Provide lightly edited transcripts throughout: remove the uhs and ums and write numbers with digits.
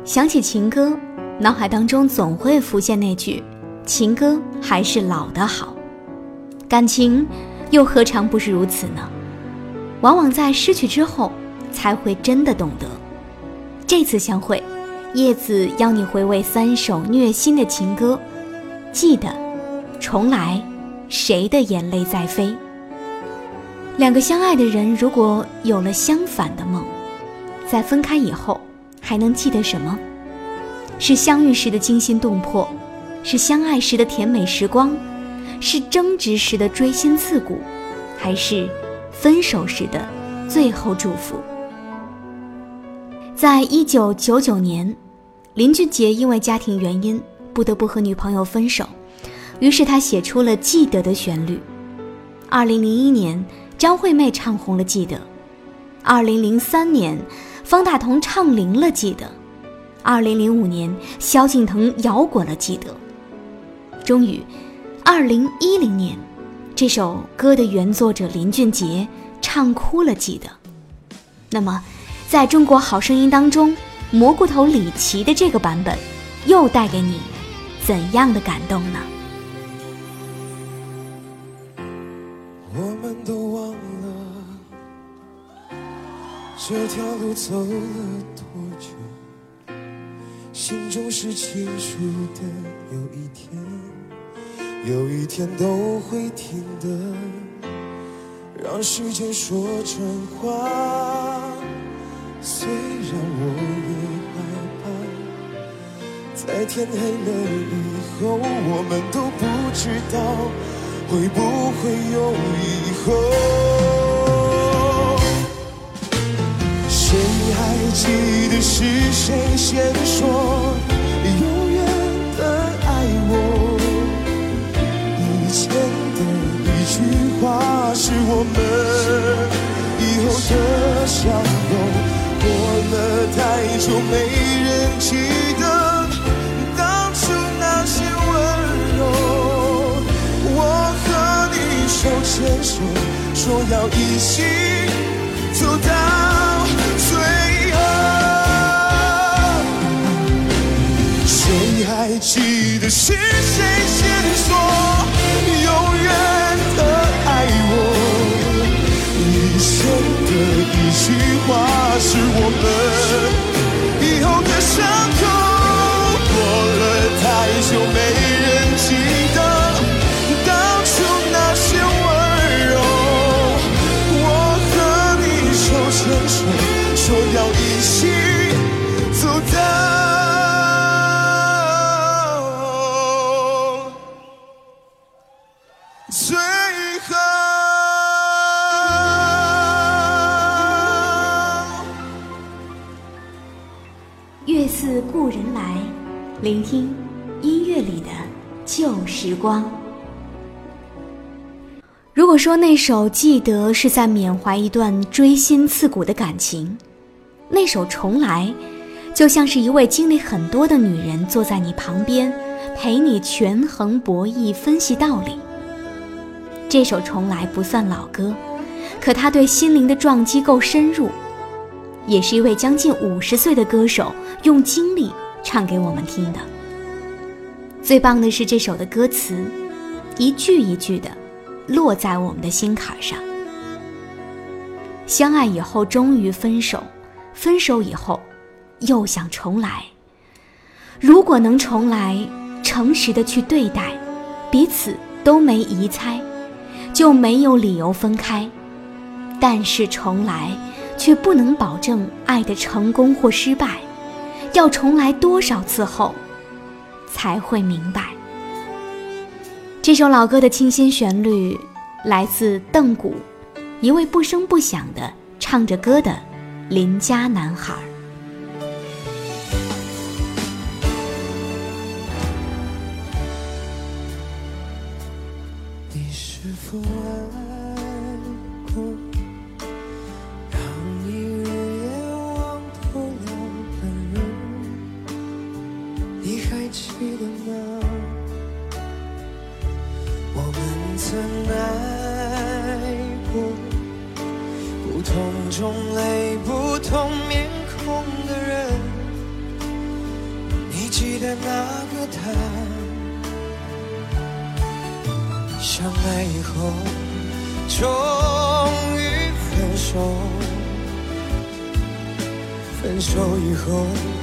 想起情歌，脑海当中总会浮现那句情歌还是老的好。感情又何尝不是如此呢？往往在失去之后才会真的懂得。这次相会，叶子邀你回味3首虐心的情歌，记得重来，谁的眼泪在飞。两个相爱的人如果有了相反的梦，在分开以后还能记得什么？是相遇时的惊心动魄，是相爱时的甜美时光，是争执时的锥心刺骨，还是分手时的最后祝福？在1999年，林俊杰因为家庭原因不得不和女朋友分手，于是他写出了《记得》的旋律。2001年，张惠妹唱红了《记得》，2003年，方大同唱灵了《记得》，2005年，萧敬腾摇滚了《记得》。终于2010年，这首歌的原作者林俊杰唱哭了《记得》。那么在中国好声音当中，蘑菇头李琦的这个版本又带给你怎样的感动呢？ 我们都忘了这条路走了多久，心中是清楚的，有一天都会停的，让时间说真话。虽然我也害怕，在天黑了以后，我们都不知道会不会有以后。谁还记得是谁先说永远的爱我？以前的一句话是我们以后的相拥。过了太久没人记得当初那些温柔，我和你手牵手说要一起走到最后。谁还记得是谁先说永远的爱我？以前的一句话是我们以后的伤口。过了太久没人记得当初那些温柔，我和你手牵手说要一起走到最后。 月似故人来，聆听音乐里的旧时光。如果说那首《记得》是在缅怀一段锥心刺骨的感情，那首《重来》就像是一位经历很多的女人坐在你旁边，陪你权衡博弈，分析道理。这首《重来》不算老歌，可它对心灵的撞击够深入，也是一位将近50岁的歌手用经历唱给我们听的。最棒的是这首的歌词，一句一句的落在我们的心坎上。相爱以后终于分手，分手以后又想重来。如果能重来，诚实的去对待，彼此都没疑猜，就没有理由分开。但是重来却不能保证爱的成功或失败，要重来多少次后才会明白。这首老歌的清新旋律来自邓古，一位不声不响的唱着歌的邻家男孩。 你是否爱过让你日夜忘不了的人？你还记得吗？我们曾爱过，不同种类不同面孔的人， 记得那个他，相爱以后终于分手，分手以后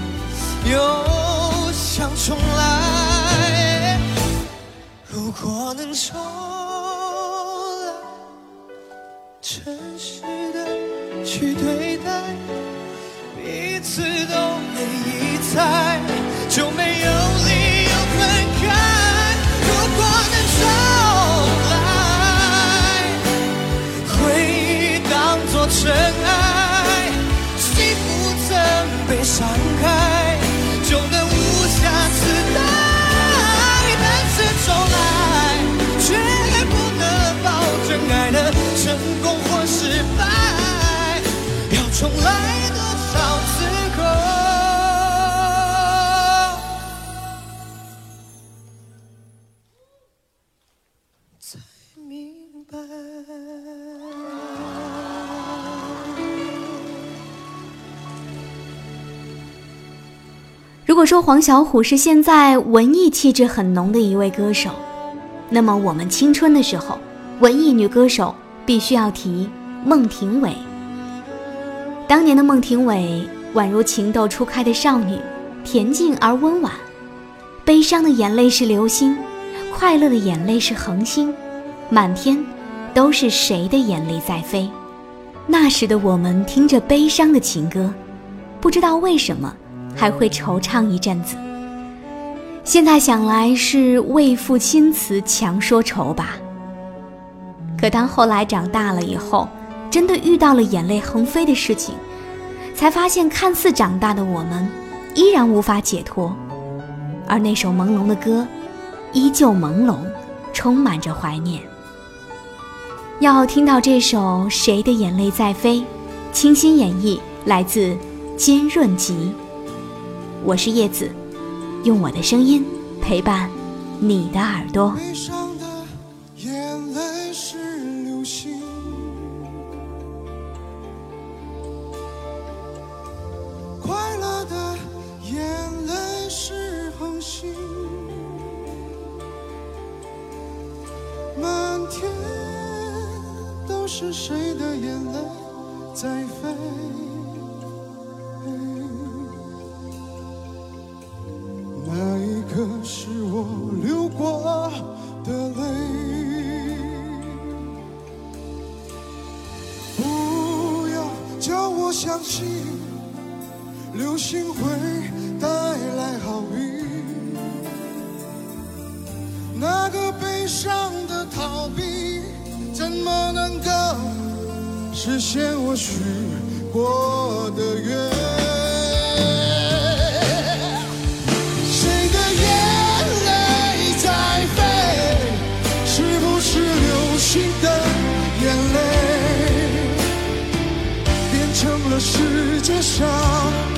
又想重来。如果能重来，诚实的去对待，彼此都没疑猜，就没有理由分开。如果能重来，回忆当作尘埃，幸福曾被伤害，就能无瑕疵待。但是重来，却不能保证爱的成功或失败，要重来多少次后才明白。 如果说黄小琥是现在文艺气质很浓的一位歌手，那么我们青春的时候，文艺女歌手必须要提孟庭苇。当年的孟庭苇宛如情窦初开的少女，恬静而温婉，悲伤的眼泪是流星，快乐的眼泪是恒星，满天都是谁的眼泪在飞。那时的我们听着悲伤的情歌，不知道为什么还会惆怅一阵子。现在想来是为赋新词强说愁吧。可当后来长大了以后，真的遇到了眼泪横飞的事情，才发现看似长大的我们依然无法解脱，而那首朦胧的歌依旧朦胧，充满着怀念。要听到这首《谁的眼泪在飞》，清新演绎，来自金润吉。我是叶子，用我的声音陪伴你的耳朵。 悲伤的眼泪是流星，快乐的眼泪是恒星，满天都是谁的眼泪在飞。那一刻是我流过的泪，不要叫我相信流星会带来好运，那个悲伤的逃避怎么能够实现我许过的愿。的眼泪变成了世界上